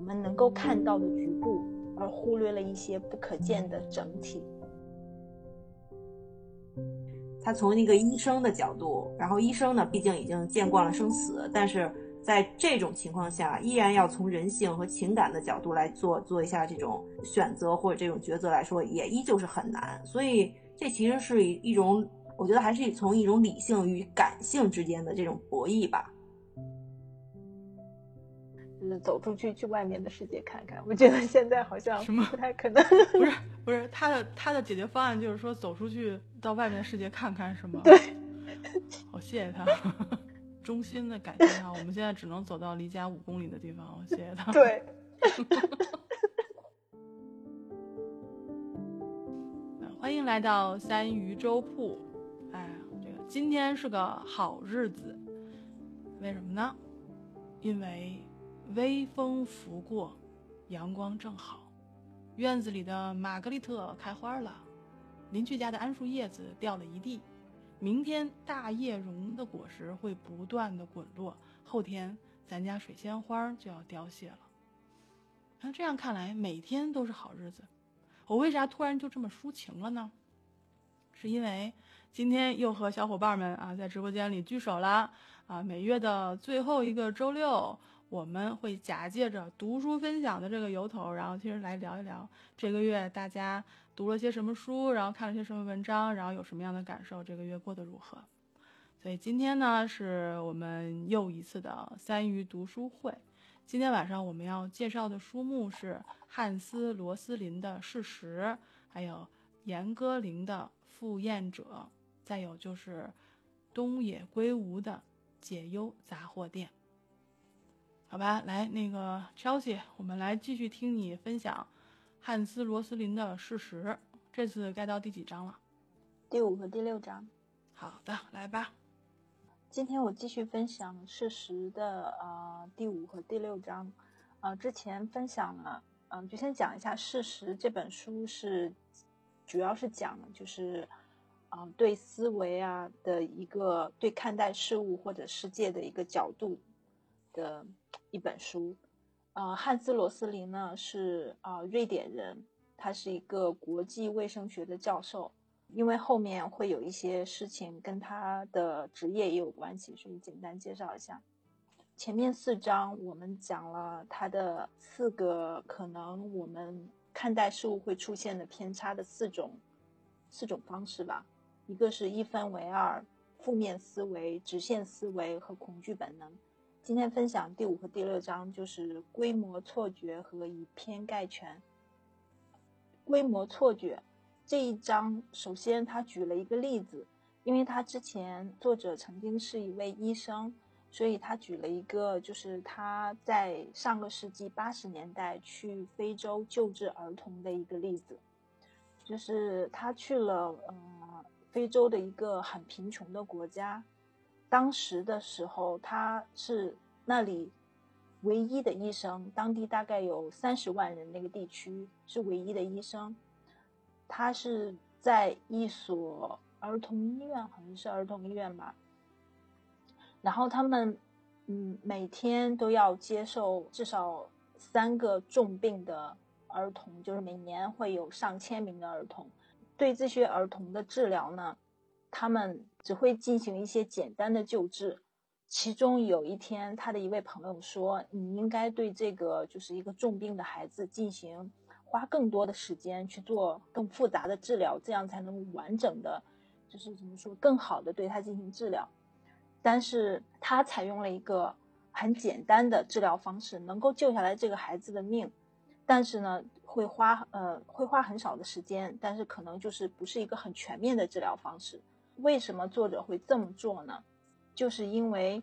们能够看到的局部，而忽略了一些不可见的整体。 他从那个医生的角度，然后医生呢，毕竟已经见惯了生死，但是在这种情况下，依然要从人性和情感的角度来做一下这种选择或者这种抉择来说，也依旧是很难。所以这其实是一种，我觉得还是从一种理性与感性之间的这种博弈吧。 就是走出去外面的世界看看，我觉得现在好像不太可能。 不是，他的解决方案就是说走出去到外面的世界看看，是吗？ 对， 好，谢谢他，衷心的感谢他。我们现在只能走到离家5公里的地方，谢谢他。 对。 欢迎来到三鱼粥铺。这个今天是个好日子，为什么呢？因为微风拂过，阳光正好，院子里的玛格丽特开花了，邻居家的桉树叶子掉了一地，明天大叶榕的果实会不断的滚落，后天咱家水仙花就要凋谢了。那这样看来，每天都是好日子。我为啥突然就这么抒情了呢？是因为今天又和小伙伴们在直播间里聚首了每月的最后一个周六，我们会假借着读书分享的这个由头，然后其实来聊一聊这个月大家读了些什么书，然后看了些什么文章，然后有什么样的感受，这个月过得如何。所以今天呢，是我们又一次的三鱼读书会。今天晚上我们要介绍的书目是汉斯·罗斯林的《事实》，还有严歌苓的《赴宴者》，再有就是东野圭吾的《解忧杂货店》。好吧，来那个 Chelsea， 我们来继续听你分享汉斯·罗斯林的《事实》，这次该到第几章了？ 第5和第6章。 好的，来吧。 今天我继续分享《事实》的第5和第6章。之前分享了，就先讲一下《事实》这本书是主要是讲就是对思维的一个对看待事物或者世界的一个角度的一本书。汉斯·罗斯林呢是瑞典人，他是一个国际卫生学的教授。因为后面会有一些事情跟他的职业也有关系，所以简单介绍一下。前面4章我们讲了他的4个可能我们看待事物会出现的偏差的4种方式吧。一个是1分为2，负面思维、直线思维和恐惧本能。今天分享第5和第6章，就是规模错觉和以偏概全。规模错觉这一章，首先他举了一个例子，因为他之前作者曾经是一位医生，所以他举了一个就是他在上个世纪80年代去非洲救治儿童的一个例子。就是他去了非洲的一个很贫穷的国家，当时的时候他是那里唯一的医生，当地大概有30万人，那个地区是唯一的医生。他是在一所儿童医院，好像是儿童医院吧，然后他们每天都要接受至少3个重病的儿童，就是每年会有上千名的儿童。对这些儿童的治疗呢，他们只会进行一些简单的救治。其中有一天，他的一位朋友说，你应该对这个就是一个重病的孩子花更多的时间去做更复杂的治疗，这样才能完整的就是怎么说更好的对他进行治疗。但是他采用了一个很简单的治疗方式，能够救下来这个孩子的命，但是呢会花很少的时间，但是可能就是不是一个很全面的治疗方式。为什么作者会这么做呢？就是因为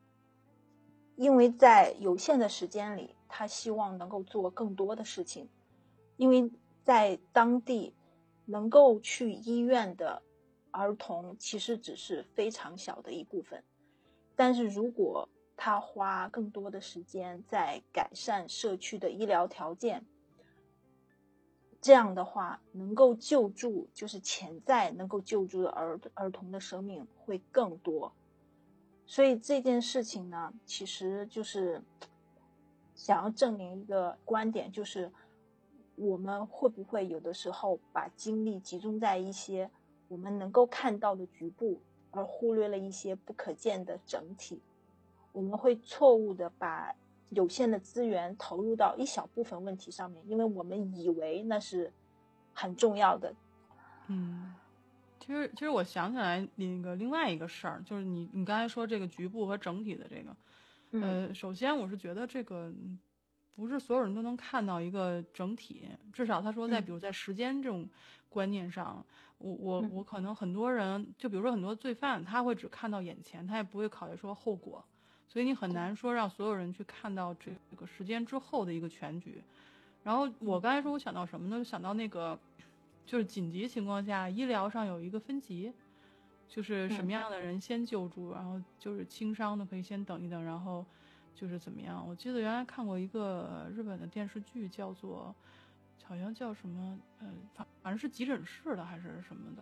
在有限的时间里，他希望能够做更多的事情。因为在当地能够去医院的儿童其实只是非常小的一部分，但是如果他花更多的时间在改善社区的医疗条件，这样的话能够救助，就是潜在能够救助的儿童的生命会更多。所以这件事情呢，其实就是想要证明一个观点，就是我们会不会有的时候把精力集中在一些我们能够看到的局部，而忽略了一些不可见的整体。我们会错误的把有限的资源投入到一小部分问题上面，因为我们以为那是很重要的。 其实我想起来另外一个事儿，就是你刚才说这个局部和整体的这个，首先我是觉得这个不是所有人都能看到一个整体，至少他说比如在时间这种观念上，我可能很多人，就比如说很多罪犯，他会只看到眼前，他也不会考虑说后果，所以你很难说让所有人去看到这个时间之后的一个全局。然后我刚才说我想到什么呢？就想到那个就是紧急情况下医疗上有一个分级，就是什么样的人先救助，然后就是轻伤的可以先等一等，然后就是怎么样。我记得原来看过一个日本的电视剧，叫做好像叫什么反正是急诊室的还是什么的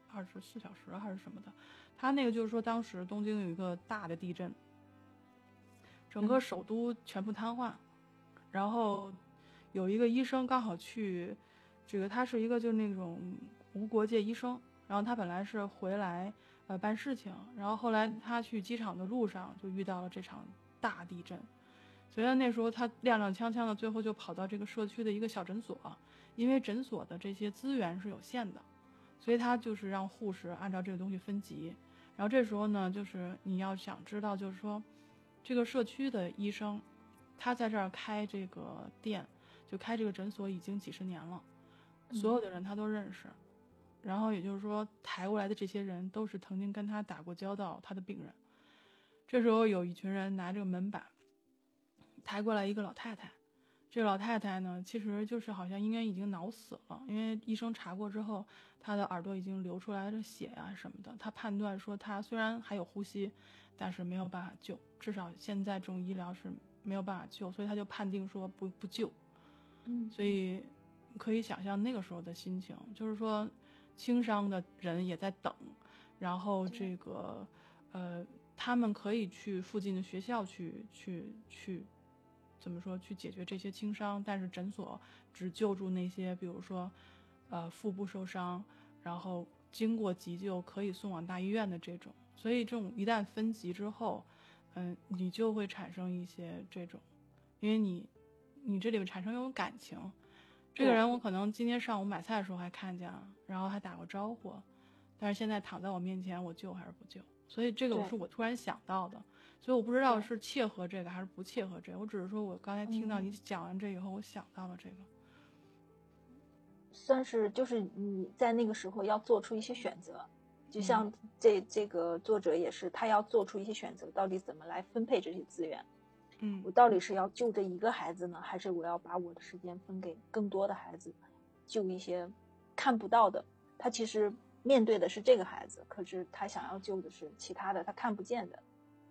24小时还是什么的。他那个就是说当时东京有一个大的地震，整个首都全部瘫痪，然后有一个医生刚好去这个，他是一个就是那种无国界医生，然后他本来是回来办事情，然后后来他去机场的路上就遇到了这场大地震，所以那时候他踉踉跄跄的，最后就跑到这个社区的一个小诊所，因为诊所的这些资源是有限的，所以他就是让护士按照这个东西分级。然后这时候呢，就是你要想知道，就是说这个社区的医生他在这儿开这个店，就开这个诊所已经几十年了，所有的人他都认识，然后也就是说抬过来的这些人都是曾经跟他打过交道他的病人。这时候有一群人拿这个门板抬过来一个老太太，这个老太太呢其实就是好像应该已经脑死了，因为医生查过之后她的耳朵已经流出来了血啊什么的，他判断说她虽然还有呼吸，但是没有办法救，至少现在这种医疗是没有办法救，所以他就判定说不救。所以可以想象那个时候的心情，就是说轻伤的人也在等，然后这个他们可以去附近的学校去怎么说去解决这些轻伤，但是诊所只救助那些比如说腹部受伤，然后经过急救可以送往大医院的这种。所以这种一旦分级之后，你就会产生一些这种，因为你这里面产生一种感情，这个人我可能今天上午买菜的时候还看见了，然后还打过招呼，但是现在躺在我面前，我救还是不救？所以这个是我突然想到的，所以我不知道是切合这个还是不切合这个，我只是说我刚才听到你讲完这以后，我想到了这个。 算是就是你在那个时候要做出一些选择，就像这个作者也是，他要做出一些选择，到底怎么来分配这些资源。我到底是要救这一个孩子呢，还是我要把我的时间分给更多的孩子，救一些看不到的？他其实面对的是这个孩子，可是他想要救的是其他的他看不见的。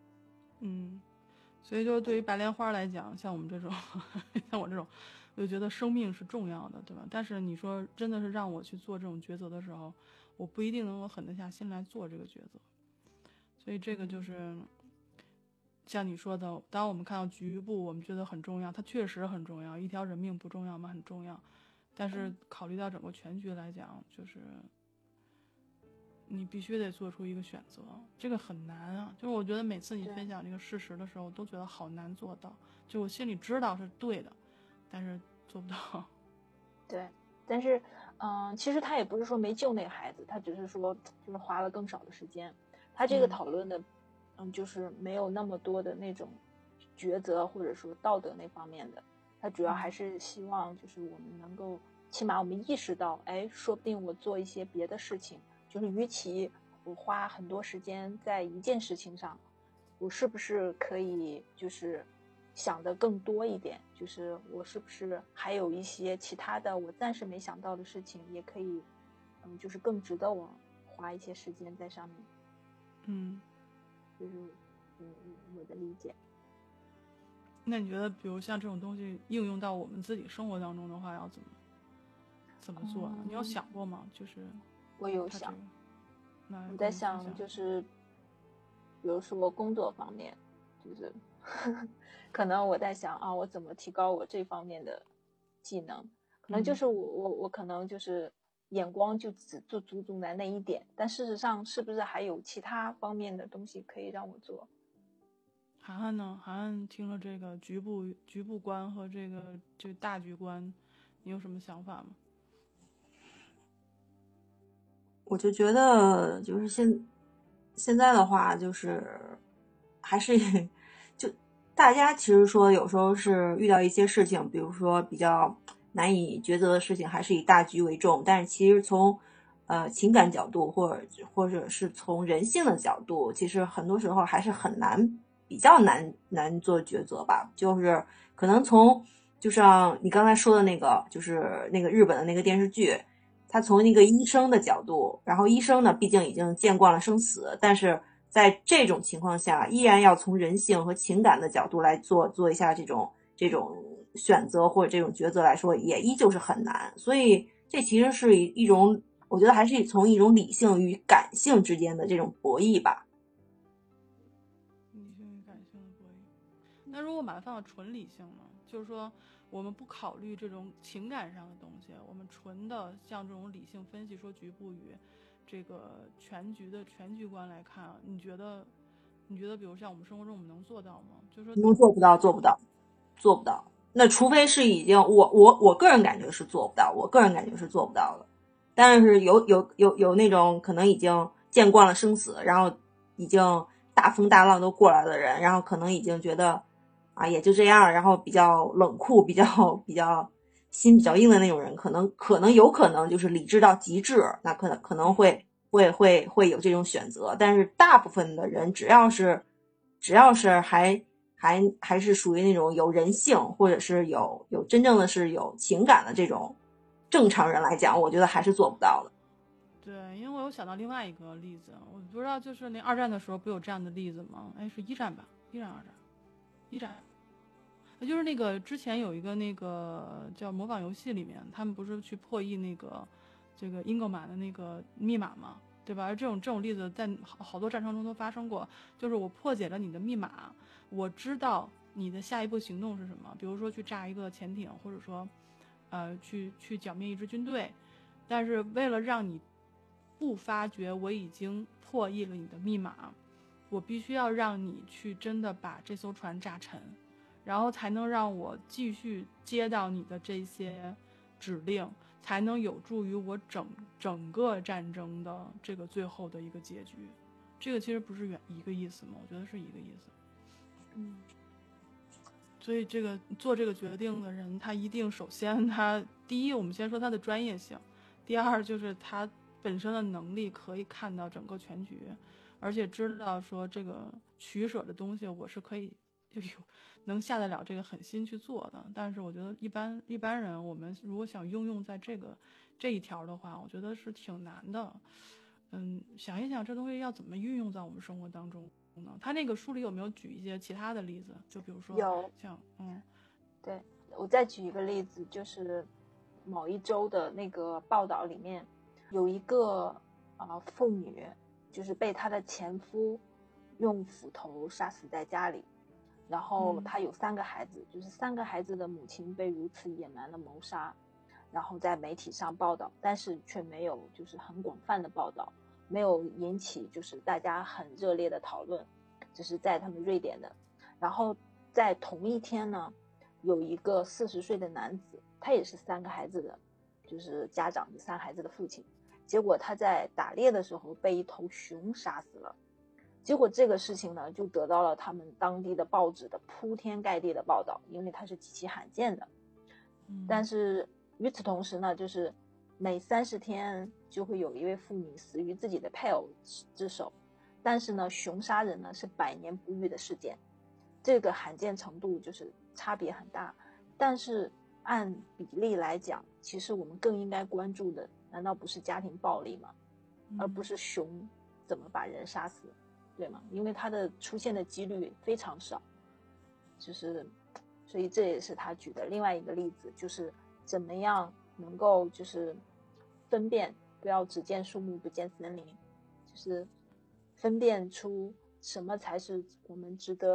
所以就是对于白莲花来讲，像我们这种像我这种，我就觉得生命是重要的，对吧？但是你说真的是让我去做这种抉择的时候，我不一定能够狠得下心来做这个抉择。所以这个就是像你说的，当我们看到局部我们觉得很重要，它确实很重要，一条人命不重要吗？很重要，但是考虑到整个全局来讲，就是你必须得做出一个选择，这个很难啊。就是我觉得每次你分享这个事实的时候，我都觉得好难做到，就我心里知道是对的，但是做不到。 对，但是其实他也不是说没救那个孩子，他只是说就是花了更少的时间。他这个讨论的就是没有那么多的那种抉择或者说道德那方面的，他主要还是希望就是我们能够起码我们意识到，哎，说不定我做一些别的事情，就是与其我花很多时间在一件事情上，我是不是可以就是想的更多一点，就是我是不是还有一些其他的我暂时没想到的事情也可以就是更值得我花一些时间在上面。就是我的理解。 那你觉得比如像这种东西应用到我们自己生活当中的话，要怎么做呢？你有想过吗？就是我有想，我在想就是比如说工作方面， 就是可能我在想啊，我怎么提高我这方面的技能？可能就是我可能就是眼光就只注重在那一点，但事实上是不是还有其他方面的东西可以让我做？ 涵涵呢？涵涵听了这个局部观和这个大局观，你有什么想法吗？ 我就觉得就是现在的话，就是还是就大家其实说有时候是遇到一些事情，比如说比较难以抉择的事情，还是以大局为重。但是其实从情感角度，或者是从人性的角度，其实很多时候还是很难，比较难做抉择吧。就是可能就像你刚才说的那个，就是那个日本的那个电视剧。他从那个医生的角度，然后医生呢，毕竟已经见惯了生死，但是在这种情况下，依然要从人性和情感的角度来做一下这种选择或者这种抉择来说，也依旧是很难。所以这其实是一种，我觉得还是从一种理性与感性之间的这种博弈吧。 理性与感性的博弈。那如果把它放到纯理性呢？就是说，我们不考虑这种情感上的东西，我们纯的像这种理性分析，说局部与这个全局的全局观来看，你觉得，比如像我们生活中我们能做到吗？就是说， 做不到，做不到，做不到。那除非是已经，我个人感觉是做不到，我个人感觉是做不到的。但是有那种可能已经见惯了生死，然后已经大风大浪都过来的人，然后可能已经觉得啊也就这样，然后比较冷酷、比较心比较硬的那种人，有可能就是理智到极致，那可能会有这种选择。但是大部分的人只要是还是属于那种有人性，或者是有真正的是有情感的这种正常人来讲，我觉得还是做不到的。 对，因为我有想到另外一个例子，我不知道就是那二战的时候不有这样的例子吗？哎，是一战吧？二战，一战。就是那个之前有一个那个叫模仿游戏里面，他们不是去破译那个这个英格玛的那个密码吗？对吧？这种例子在好多战争中都发生过，就是我破解了你的密码，我知道你的下一步行动是什么，比如说去炸一个潜艇，或者说去剿灭一支军队，但是为了让你不发觉我已经破译了你的密码，我必须要让你去真的把这艘船炸沉，然后才能让我继续接到你的这些指令，才能有助于我整个战争的这个最后的一个结局。这个其实不是一个意思吗？我觉得是一个意思。所以这个做这个决定的人，他一定首先他第一，我们先说他的专业性；第二就是他本身的能力可以看到整个全局，而且知道说这个取舍的东西我是可以能下得了这个狠心去做的。但是我觉得一般人，我们如果想应用在这一条的话，我觉得是挺难的。想一想这东西要怎么运用在我们生活当中。他那个书里有没有举一些其他的例子？就比如说像对，我再举一个例子，就是某一周的那个报道里面有一个妇女，就是被她的前夫用斧头杀死在家里，然后她有3个孩子，就是3个孩子的母亲被如此野蛮的谋杀，然后在媒体上报道，但是却没有就是很广泛的报道，没有引起就是大家很热烈的讨论，就是在他们瑞典的。然后在同一天呢，有一个40岁的男子，他也是3个孩子的，就是家长的3孩子的父亲，结果他在打猎的时候被一头熊杀死了。结果这个事情呢，就得到了他们当地的报纸的铺天盖地的报道，因为它是极其罕见的。但是与此同时呢，就是每30天就会有一位妇女死于自己的配偶之手，但是呢，熊杀人呢是100年不遇的事件，这个罕见程度就是差别很大。但是按比例来讲，其实我们更应该关注的，难道不是家庭暴力吗？而不是熊怎么把人杀死，对吗？因为它的出现的几率非常少，就是所以这也是他举的另外一个例子，就是怎么样能够就是分辨，不要只见树木不见森林，就是分辨出什么才是我们值得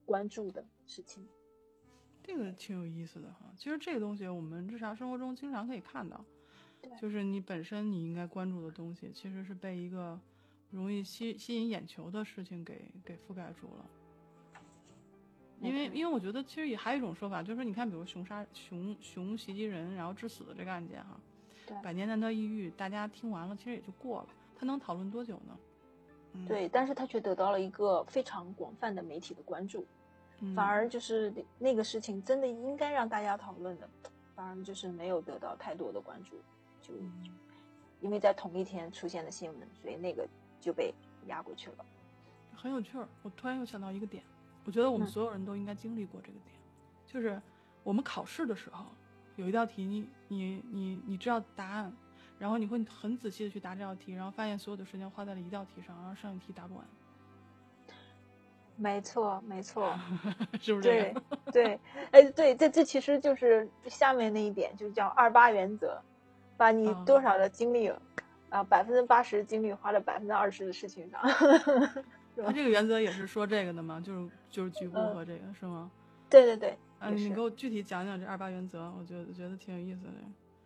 关注的事情。 这个挺有意思的哈。其实这个东西我们日常生活中经常可以看到，就是你本身你应该关注的东西，其实是被一个容易吸引眼球的事情给覆盖住了。因为我觉得其实也还有一种说法，就是说你看，比如熊袭击人然后致死的这个案件哈，百年难得一遇，大家听完了其实也就过了，他能讨论多久呢？ 对，但是他却得到了一个非常广泛的媒体的关注，反而就是那个事情真的应该让大家讨论的，反而就是没有得到太多的关注，就因为在同一天出现的新闻，所以那个就被压过去了。 很有趣儿，我突然又想到一个点，我觉得我们所有人都应该经历过这个点，就是我们考试的时候有一道题，你知道答案，然后你会很仔细的去答这道题，然后发现所有的时间花在了一道题上，然后剩下题答不完。 没错， 是不是这样？ 对，对，这其实就是下面那一点，就叫28原则，把你多少的精力，80%的精力花在20%的事情上。 他这个原则也是说这个的吗？就是局部和这个是吗？ 对。 你给我具体讲讲这28原则，我觉得挺有意思的。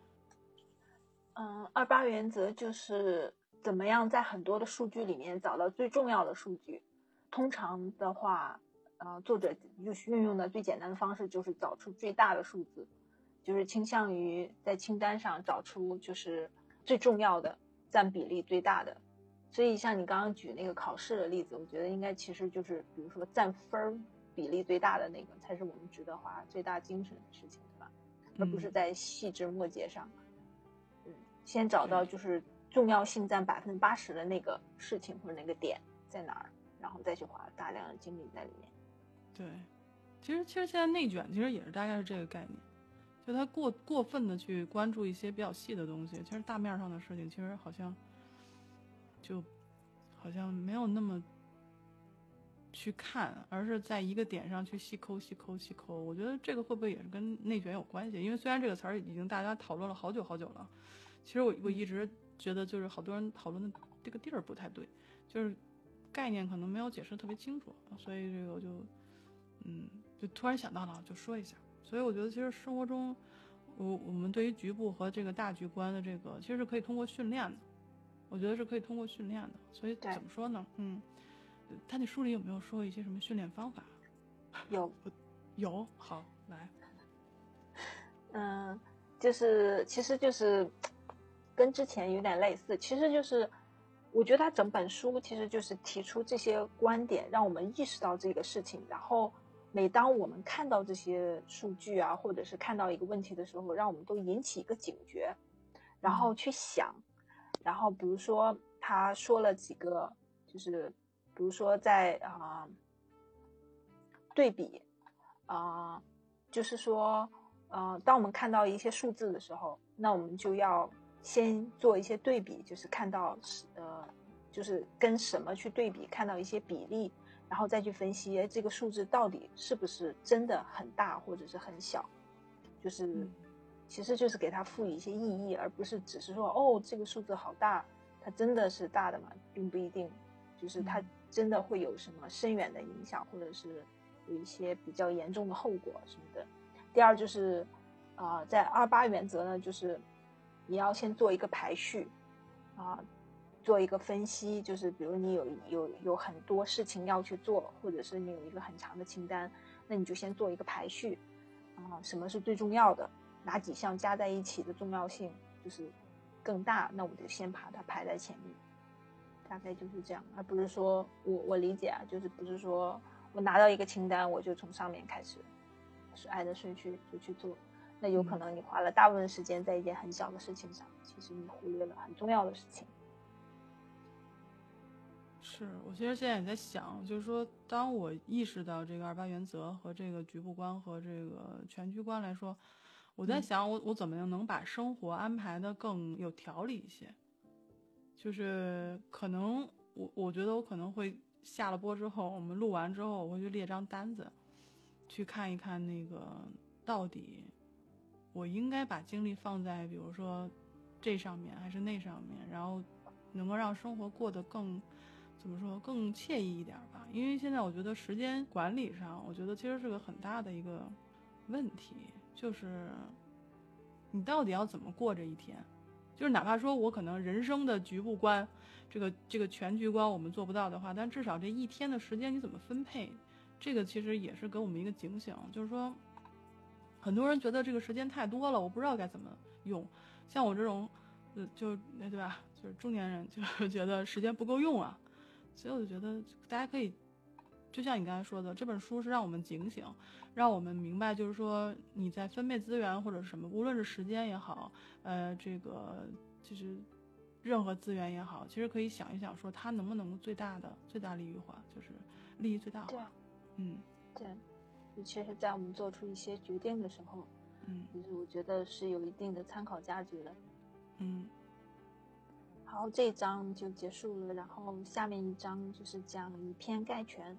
28原则就是怎么样在很多的数据里面找到最重要的数据。通常的话，作者就是运用的最简单的方式就是找出最大的数字，就是倾向于在清单上找出就是最重要的、占比例最大的。所以像你刚刚举那个考试的例子，我觉得应该其实就是比如说占分比例最大的那个才是我们值得花最大精神的事情，对吧？而不是在细枝末节上。先找到就是重要性占80%的那个事情或者那个点在哪儿，然后再去花大量的精力在里面。 对，其实现在内卷其实也是大概是这个概念，就他过分的去关注一些比较细的东西，其实大面上的事情其实好像没有那么去看，而是在一个点上去细抠。我觉得这个会不会也是跟内卷有关系？因为虽然这个词儿已经大家讨论了好久了，其实我一直觉得就是好多人讨论的这个地儿不太对，就是概念可能没有解释特别清楚，所以这个我就突然想到了，就说一下。所以我觉得其实生活中，我们对于局部和这个大局观的这个，其实是可以通过训练的。我觉得是可以通过训练的。所以怎么说呢？他那书里有没有说一些什么训练方法？有，好来。 其实就是跟之前有点类似，其实就是我觉得他整本书其实就是提出这些观点，让我们意识到这个事情，然后每当我们看到这些数据啊，或者是看到一个问题的时候，让我们都引起一个警觉，然后去想，然后比如说他说了几个，就是比如说在对比就是说当我们看到一些数字的时候，那我们就要先做一些对比，就是看到就是跟什么去对比，看到一些比例，然后再去分析这个数字到底是不是真的很大或者是很小，就是其实就是给它赋予一些意义，而不是只是说这个数字好大，它真的是大的嘛，并不一定，就是它真的会有什么深远的影响，或者是有一些比较严重的后果什么的。第二就是在28原则呢，就是你要先做一个排序做一个分析，就是比如你有很多事情要去做，或者是你有一个很长的清单，那你就先做一个排序什么是最重要的，哪几项加在一起的重要性就是更大，那我就先把它排在前面，大概就是这样，而不是说我理解就是不是说我拿到一个清单我就从上面开始是按着顺序就去做，那有可能你花了大部分时间在一件很小的事情上，其实你忽略了很重要的事情。 是，我其实现在也在想，就是说当我意识到这个28原则和这个局部观和这个全局观来说，我在想我怎么样能把生活安排的更有条理一些，就是可能我觉得我可能会下了播之后，我们录完之后，我会去列张单子，去看一看那个到底我应该把精力放在比如说这上面还是那上面，然后能够让生活过得更怎么说更惬意一点吧。因为现在我觉得时间管理上，我觉得其实是个很大的一个问题，就是你到底要怎么过这一天。就是哪怕说我可能人生的局部观，这个全局观我们做不到的话，但至少这一天的时间你怎么分配，这个其实也是给我们一个警醒。就是说很多人觉得这个时间太多了，我不知道该怎么用。像我这种就对吧，就是中年人，就觉得时间不够用啊。所以我就觉得大家可以就像你刚才说的，这本书是让我们警醒，让我们明白，就是说你在分配资源或者什么，无论是时间也好，这个就是任何资源也好，其实可以想一想，说它能不能最大利益化，就是利益最大化。 对，对，尤其是在我们做出一些决定的时候，就是我觉得是有一定的参考价值的。好，这一章就结束了，然后下面一章就是讲以偏概全。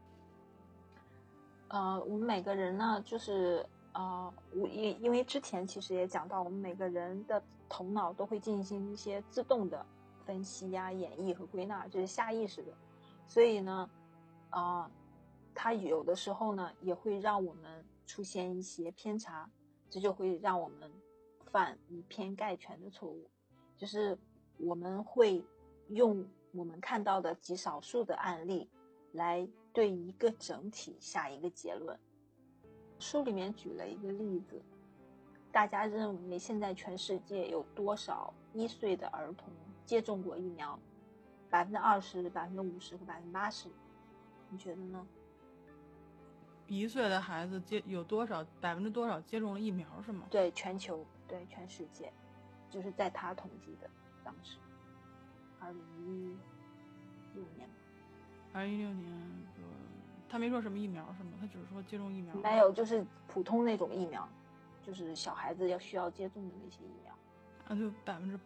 我们每个人呢，就是因为之前其实也讲到，我们每个人的头脑都会进行一些自动的分析呀、演绎和归纳，这是下意识的。所以呢，它有的时候呢，也会让我们出现一些偏差，这就会让我们犯以偏概全的错误，就是我们会用我们看到的极少数的案例来对一个整体下一个结论。书里面举了一个例子，大家认为现在全世界有多少1岁的儿童接种过疫苗？20%、50%和80%，你觉得呢 ？1岁的孩子有多少多少接种了疫苗是吗？ 对，全球，对，全世界，就是在他统计的当时，2016年。 2016年，他没说什么疫苗是吗？他只是说接种疫苗。 没有，就是普通那种疫苗，就是小孩子需要接种的那些疫苗。 那就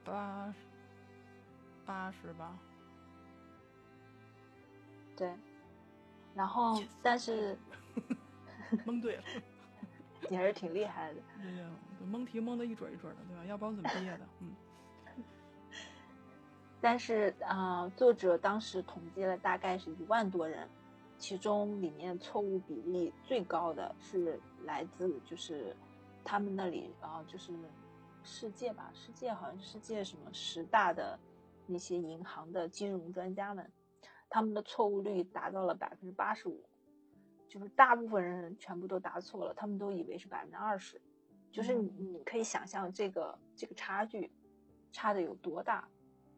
80%吧。 对，然后但是蒙对了。 你还是挺厉害的。 对，蒙题蒙的一准一准的，对吧？要不然我怎么毕业的？ 但是作者当时统计了大概是1万多人，其中里面错误比例最高的是来自就是他们那里就是世界好像世界什么10大的那些银行的金融专家们，他们的错误率达到了85%，就是大部分人全部都答错了，他们都以为是20%，就是你可以想象这个差距差的有多大。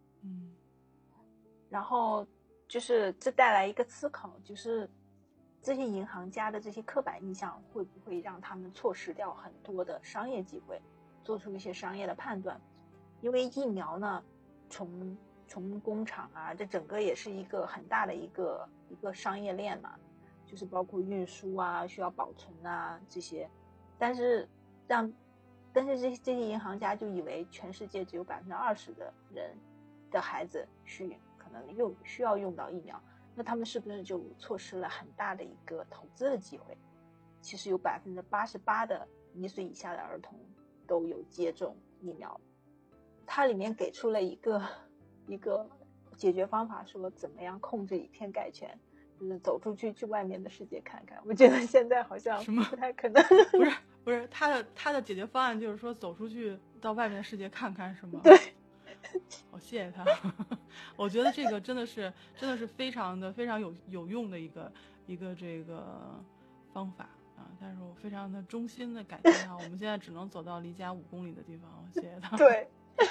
然后就是这带来一个思考，就是这些银行家的这些刻板印象会不会让他们错失掉很多的商业机会，做出一些商业的判断。因为疫苗呢，从工厂啊，这整个也是一个很大的一个商业链嘛，就是包括运输啊，需要保存啊这些。但是这些银行家就以为全世界只有20%的人的孩子可能需要用到疫苗，那他们是不是就错失了很大的一个投资的机会？其实有88%的1岁以下的儿童都有接种疫苗。它里面给出了一个解决方法，说怎么样控制以偏概全，就是走出去外面的世界看看。我觉得现在好像不太可能。 不是他的解决方案就是说走出去到外面的世界看看，是吗？ 对。 好，谢谢他。我觉得这个真的是非常有用的一个这个方法啊！但是我非常的衷心的感谢他。我们现在只能走到离家5公里的地方，谢谢他。 对。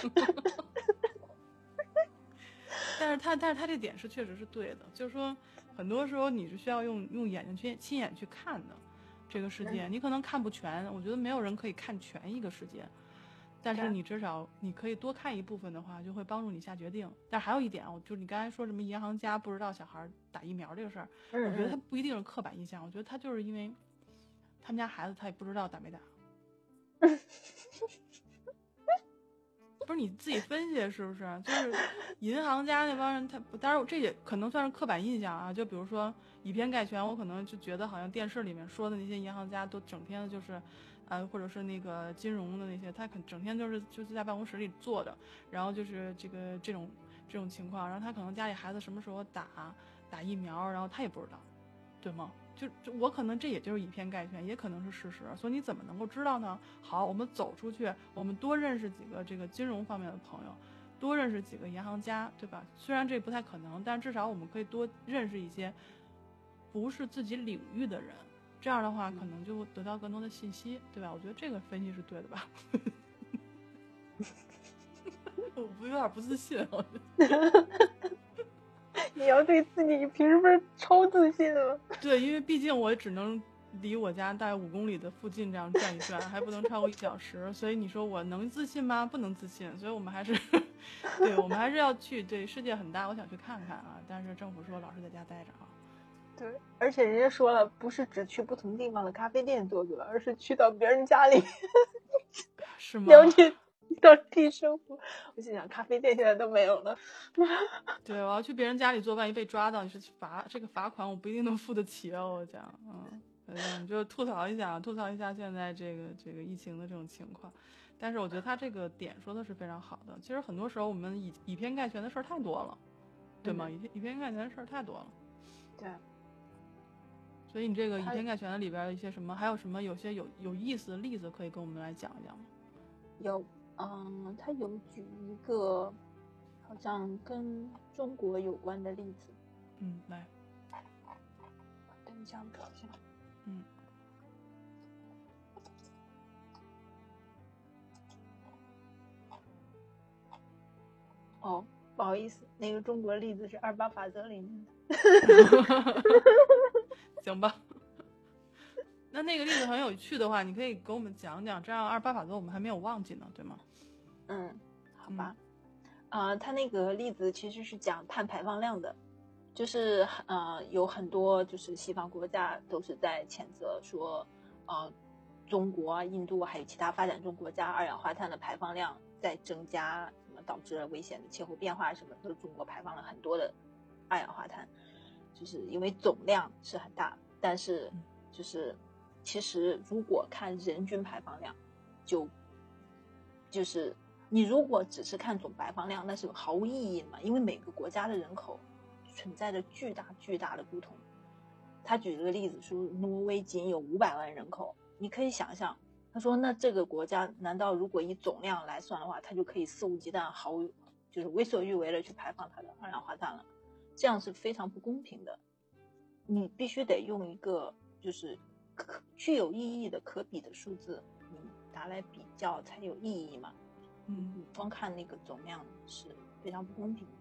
但是他这点是确实是对的，就是说很多时候你是需要用眼睛亲眼去看的这个世界，你可能看不全，我觉得没有人可以看全一个世界。但是你至少你可以多看一部分的话，就会帮助你下决定。但还有一点，就是你刚才说什么银行家不知道小孩打疫苗这个事儿，我觉得他不一定是刻板印象，我觉得他就是因为他们家孩子他也不知道打没打。不是你自己分析是不是？就是银行家那帮人，当然这也可能算是刻板印象啊。就比如说以偏概全，我可能就觉得好像电视里面说的那些银行家都整天的就是。或者是那个金融的那些，他整天就是在办公室里坐着，然后就是这种这种情况，然后他可能家里孩子什么时候打疫苗，然后他也不知道，对吗？就我可能这也就是以偏概全，也可能是事实，所以你怎么能够知道呢？好，我们走出去，我们多认识几个这个金融方面的朋友，多认识几个银行家，对吧？虽然这不太可能，但至少我们可以多认识一些不是自己领域的人，这样的话可能就得到更多的信息，对吧？我觉得这个分析是对的吧？我有点不自信，我觉得。 你要对自己平时不是超自信了？ 对，因为毕竟我只能离我家大概5公里的附近这样转一转，还不能超过1小时，所以你说我能自信吗？不能自信，所以我们还是，对，我们还是要去。对，世界很大，我想去看看啊，但是政府说老是在家待着啊。 对，而且人家说了，不是只去不同地方的咖啡店坐坐，而是去到别人家里， 是吗？ 了解当地生活。我心想，咖啡店现在都没有了。 对，我要去别人家里做，万一被抓到，你是这个罚款，我不一定能付得起啊！我讲，你就吐槽一下现在这个疫情的这种情况。但是我觉得他这个点说的是非常好的。其实很多时候我们以偏概全的事儿太多了，对吗？以偏概全的事儿太多了。 对。 所以你这个以偏概全的里边的一些什么，还有什么有些有意思的例子可以跟我们来讲一讲吗？ 有，他有举一个好像跟中国有关的例子。 来， 等一下，我找一下。哦，不好意思，那个中国例子是28法则里面的。 行吧。那个例子很有趣的话，你可以给我们讲讲，这样28法则我们还没有忘记呢，对吗？ 好吧。他那个例子其实是讲碳排放量的，就是有很多就是西方国家都是在谴责说，中国、印度还有其他发展中国家二氧化碳的排放量在增加，什么导致了危险的气候变化什么的，中国排放了很多的二氧化碳，就是因为总量是很大，但是就是其实如果看人均排放量，就是你如果只是看总排放量，那是毫无意义的嘛，因为每个国家的人口存在着巨大的不同。他举了个例子说，挪威仅有500万人口，你可以想象，他说那这个国家难道如果以总量来算的话，它就可以肆无忌惮就是为所欲为的去排放它的二氧化碳了？这样是非常不公平的。你必须得用一个就是具有意义的可比的数字，你拿来比较才有意义嘛。你光看那个总量是非常不公平的。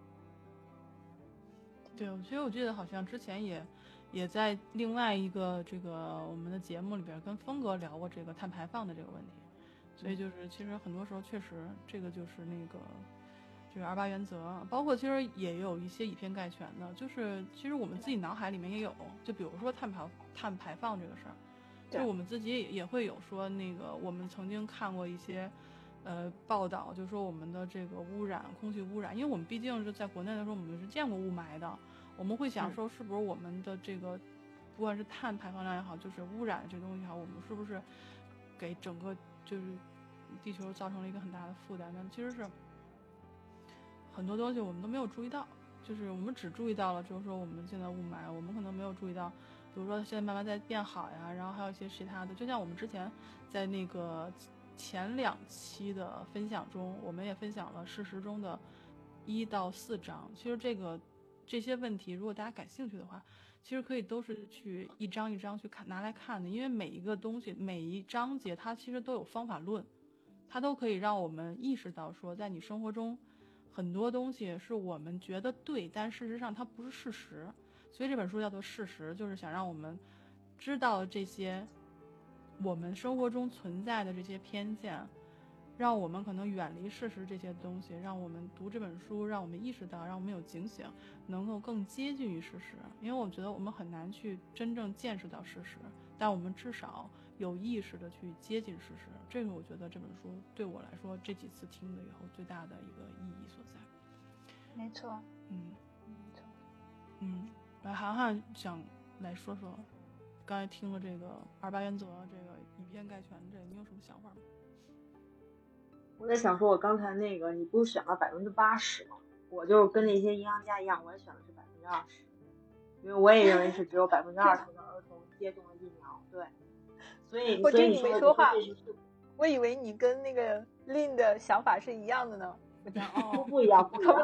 对，其实我记得好像之前也在另外一个这个我们的节目里边跟峰哥聊过这个碳排放的这个问题，所以就是其实很多时候确实这个就是那个这个28原则，包括其实也有一些以偏概全的，就是其实我们自己脑海里面也有，就比如说碳排放这个事儿，就是我们自己也会有说那个我们曾经看过一些报道，就说我们的这个污染，空气污染，因为我们毕竟是在国内的时候我们是见过雾霾的，我们会想说是不是我们的这个不管是碳排放量也好，就是污染这东西也好，我们是不是给整个就是地球造成了一个很大的负担？但其实是很多东西我们都没有注意到，就是我们只注意到了就是说我们现在雾霾，我们可能没有注意到比如说现在慢慢在变好呀，然后还有一些其他的，就像我们之前在那个前2期的分享中，我们也分享了事实中的1到4章。其实这些问题，如果大家感兴趣的话，其实可以都是去一章一章去拿来看的，因为每一个东西每一章节它其实都有方法论，它都可以让我们意识到说，在你生活中很多东西是我们觉得对，但事实上它不是事实。所以这本书叫做事实，就是想让我们知道这些我们生活中存在的这些偏见，让我们可能远离事实这些东西，让我们读这本书，让我们意识到，让我们有警醒，能够更接近于事实。因为我觉得我们很难去真正见识到事实，但我们至少有意识的去接近事实。这个我觉得这本书对我来说这几次听了以后最大的一个意义所在。 没错。 来，涵涵想来说说刚才听了这个28原则，这个以偏概全，这你有什么想法吗？ 我在想说，我刚才那个你不是选了80%吗？ 我就跟那些银行家一样，我也选的是20%，因为我也认为是只有20%的儿童接种了疫苗。对，所以我听你你没说话， 这是我以为你跟那个 Lin 的想法是一样的呢。我讲不一样，不一样。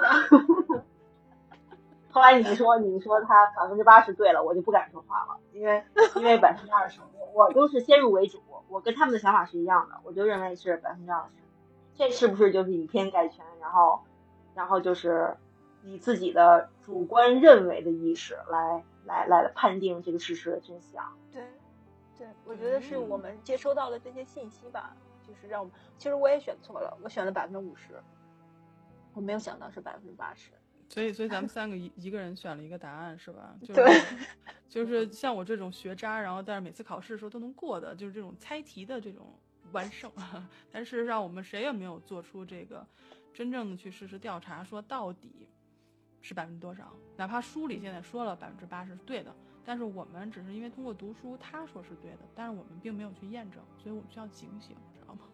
后来你说他80%对了，我就不敢说话了，因为20%，我就是先入为主，我跟他们的想法是一样的，我就认为是20%。这是不是就是以偏概全，然后就是以自己的主观认为的意识来判定这个事实的真相？ 对，我觉得是我们接收到的这些信息吧，就是让我们，其实我也选错了，我选了50%，我没有想到是80%。 所以咱们3个一个人选了一个答案是吧？ 对， 就是像我这种学渣，然后但是每次考试的时候都能过的，就是这种猜题的这种完胜。但事实上我们谁也没有做出这个真正的去事实调查，说到底是多少。哪怕书里现在说了80%是对的，但是我们只是因为通过读书他说是对的，但是我们并没有去验证，所以我们需要警醒，知道吗？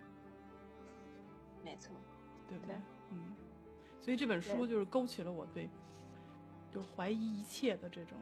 没错， 对不对？所以这本书就是勾起了我对就是怀疑一切的这种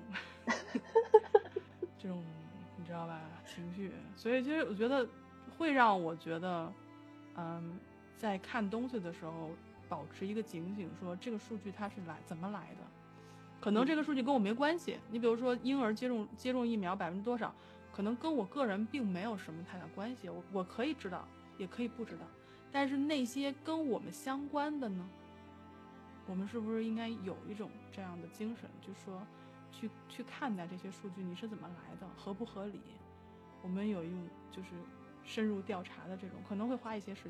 这种你知道吧情绪。所以其实我觉得会让我觉得在看东西的时候保持一个警醒，说这个数据它是怎么来的。可能这个数据跟我没关系，你比如说婴儿接种疫苗多少，可能跟我个人并没有什么太大关系，我可以知道也可以不知道，但是那些跟我们相关的呢，我们是不是应该有一种这样的精神，就是说去看待这些数据你是怎么来的，合不合理，我们有一种就是深入调查的这种，可能会花一些时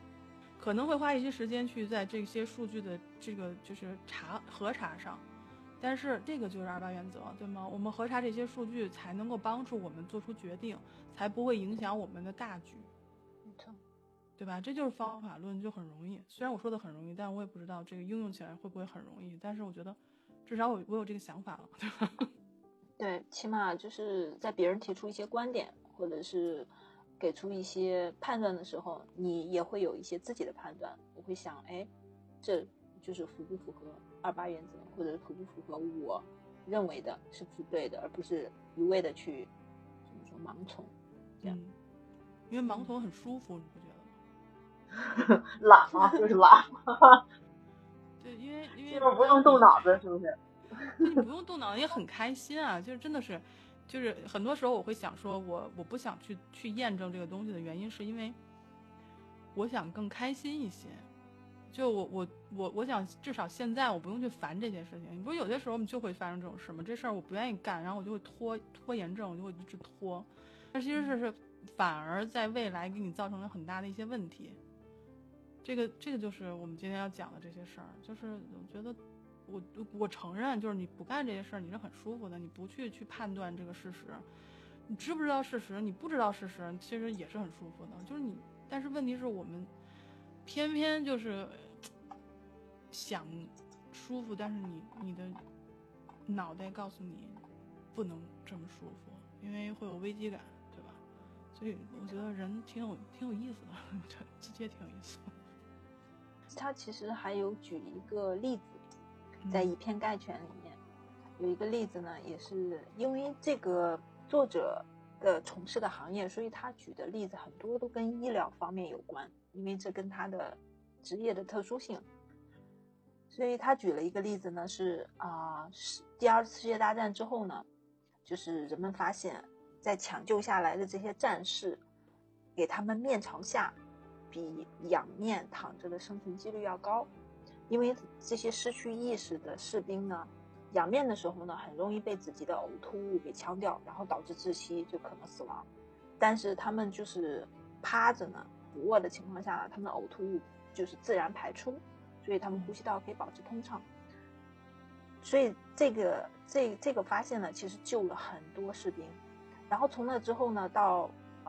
间去在这些数据的这个就是核查上。但是这个就是28原则，对吗？我们核查这些数据才能够帮助我们做出决定，才不会影响我们的大局， 没错， 对吧？这就是方法论，就很容易。虽然我说的很容易，但我也不知道这个应用起来会不会很容易。但是我觉得，至少我有这个想法了，对吧？ 对，起码就是在别人提出一些观点，或者是给出一些判断的时候，你也会有一些自己的判断。我会想，哎，这就是符不符合28原则，或者符不符合我认为的是不是对的，而不是一味的去怎么说盲从这样。 因为盲从很舒服，你不觉得吗？ 懒啊，就是懒。 对，因为就是不用动脑子，是不是？ 你不用动脑子也很开心啊，就是真的是，就是很多时候我会想说，我不想去验证这个东西的原因，是因为我想更开心一些。就我想至少现在我不用去烦这些事情。你不是有些时候我们就会发生这种事吗？这事儿我不愿意干，然后我就会拖延症，我就会一直拖。但其实是反而在未来给你造成了很大的一些问题。这个就是我们今天要讲的这些事儿。就是我觉得我承认，就是你不干这些事儿你是很舒服的，你不去判断这个事实，你知不知道事实，你不知道事实，其实也是很舒服的。就是你，但是问题是我们偏偏就是想舒服，但是你的脑袋告诉你不能这么舒服，因为会有危机感，对吧？所以我觉得人挺有意思的，直接挺有意思的。 他其实还有举一个例子，在以偏概全里面有一个例子呢，也是因为这个作者的从事的行业，所以他举的例子很多都跟医疗方面有关，因为这跟他的职业的特殊性。所以他举了一个例子呢，是第2次世界大战之后呢，就是人们发现在抢救下来的这些战士，给他们面朝下比仰面躺着的生存几率要高。因为这些失去意识的士兵呢，仰面的时候呢，很容易被自己的呕吐物给呛掉，然后导致窒息，就可能死亡。但是他们就是趴着呢，俯卧的情况下呢，他们的呕吐物就是自然排出，所以他们呼吸道可以保持通畅。所以这个发现呢，其实救了很多士兵。然后从那之后呢，到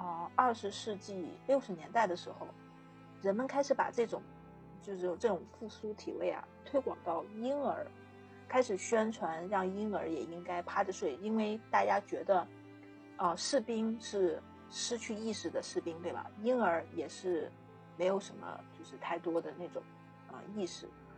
20世纪60年代的时候，人们开始把这种就是这种复苏体位啊推广到婴儿，开始宣传让婴儿也应该趴着睡，因为大家觉得士兵是失去意识的士兵，对吧？婴儿也是没有什么就是太多的那种意识，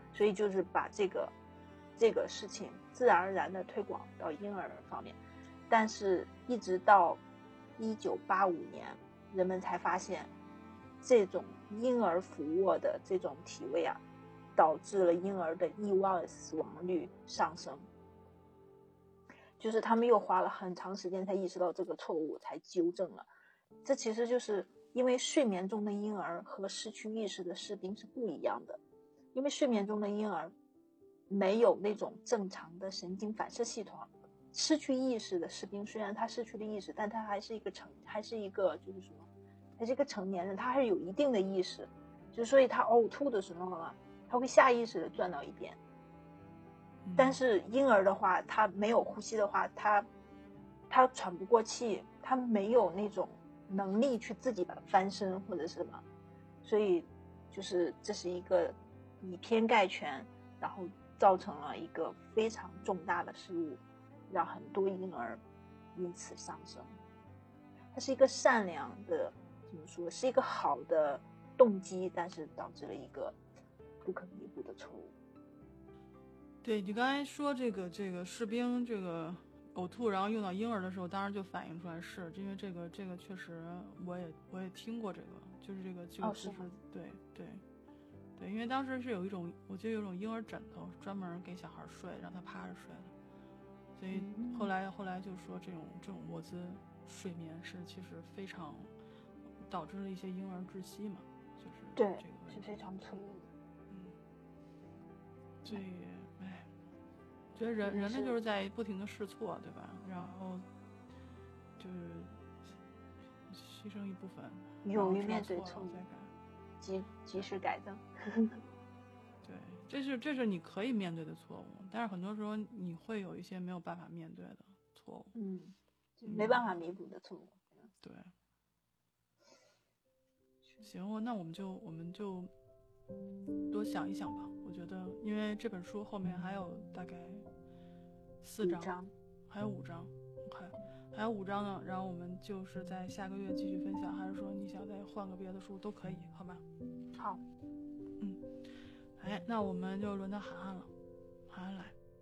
所以就是把这个事情自然而然的推广到婴儿方面。但是一直到1985年，人们才发现这种婴儿俯卧的这种体位啊，导致了婴儿的意外死亡率上升。就是他们又花了很长时间才意识到这个错误，才纠正了。这其实就是因为睡眠中的婴儿和失去意识的士兵是不一样的。因为睡眠中的婴儿没有那种正常的神经反射系统，失去意识的士兵虽然他失去了意识，但他还是一个就是说还是一个成年人，他还是有一定的意识。就所以他呕吐的时候呢，他会下意识的转到一边。但是婴儿的话，他没有呼吸的话，他喘不过气，他没有那种能力去自己翻身或者是什么，所以就是这是一个以偏概全，然后造成了一个非常重大的失误，让很多婴儿因此丧生。它是一个善良的，怎么说，是一个好的动机，但是导致了一个不可弥补的错误。 对，你刚才说这个士兵这个呕吐，然后用到婴儿的时候，当然就反映出来是因为这个确实我也听过这个，就是这个就是对，因为当时是有一种，我记得有一种婴儿枕头专门给小孩睡，让他趴着睡的，所以后来就说这种卧姿睡眠是其实非常导致了一些婴儿窒息嘛，就是对， 这个是非常错误的。 所以觉得人类就是在不停的试错，对吧？然后就是牺牲一部分， 勇于面对错误再改，及时改正。 对，这是你可以面对的错误，但是很多时候你会有一些没有办法面对的错误， 没办法弥补的错误。 对。行，那我们就多想一想吧。我觉得，因为这本书后面还有大概4章，还有5章，还有5章呢。然后我们就是在下个月继续分享，还是说你想再换个别的书都可以，好吧？ 好， 那我们就轮到涵涵了，涵涵来。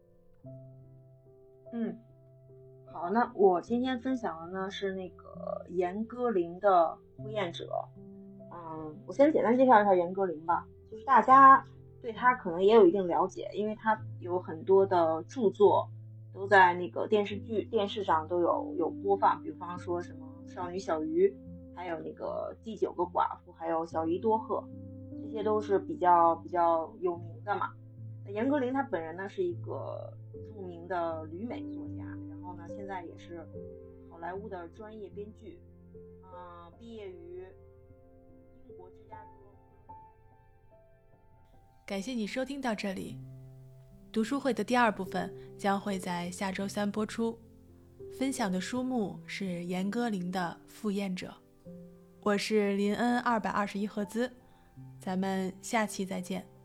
好，那我今天分享的呢是那个严歌苓的《赴宴者》。我先简单介绍一下严歌苓吧，就是大家对他可能也有一定了解，因为他有很多的著作都在那个电视上都有播放，比方说什么《少女小鱼》，还有那个《第9个寡妇》，还有《小姨多鹤》，这些都是比较有名的嘛。严歌苓他本人呢是一个著名的旅美作家，然后呢现在也是好莱坞的专业编剧，毕业于英国芝加哥。 感谢你收听到这里，读书会的第2部分将会在下周3播出，分享的书目是严歌苓的《赴宴者》。我是林恩221赫兹，咱们下期再见。